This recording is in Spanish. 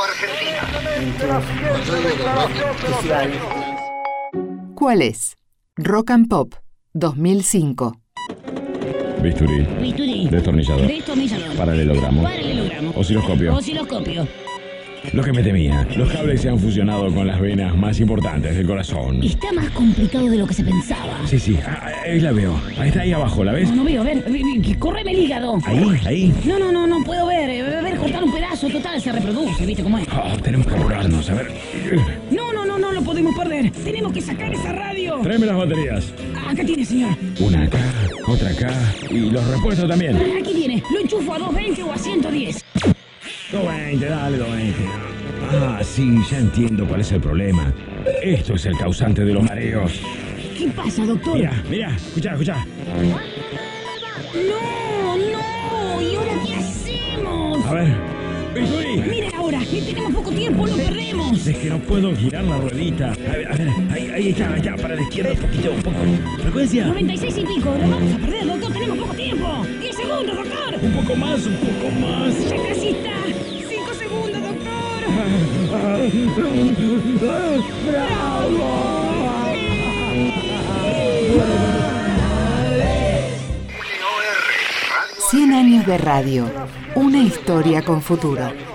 Argentina. ¿Cuál es? Rock and Pop 2005. Bisturí. Destornillador. Paralelogramo. Osciloscopio. Lo que me temía. Los cables se han fusionado con las venas más importantes del corazón. Está más complicado de lo que se pensaba. Sí. Ahí la veo. Ahí está, ahí abajo, ¿la ves? No veo, a ver. Córreme el hígado. Ahí. No puedo ver. A ver, cortar un pedazo. Total, se reproduce, ¿viste cómo es? Tenemos que apurarnos, a ver. No lo podemos perder. Tenemos que sacar esa radio. Tráeme las baterías. Acá tiene, señor. Una acá, otra acá. Y los repuestos también. Aquí tiene. Lo enchufo a 220 o a 110. 220, dale 220. Sí, ya entiendo cuál es el problema. Esto es el causante de los mareos. ¿Qué pasa, doctor? Mira, escucha. No. ¿Y ahora qué hacemos? A ver, Bisturí. Mire ahora, tenemos poco tiempo, lo perdemos. Es que no puedo girar la ruedita. A ver, ahí está, para la izquierda un poco. Frecuencia. 96 y pico, lo vamos a perder, doctor, tenemos poco tiempo. 10 segundos, doctor. Un poco más. Ya casi está. 5 segundos, doctor. ¡Bravo! 100 años de radio. Una historia con futuro.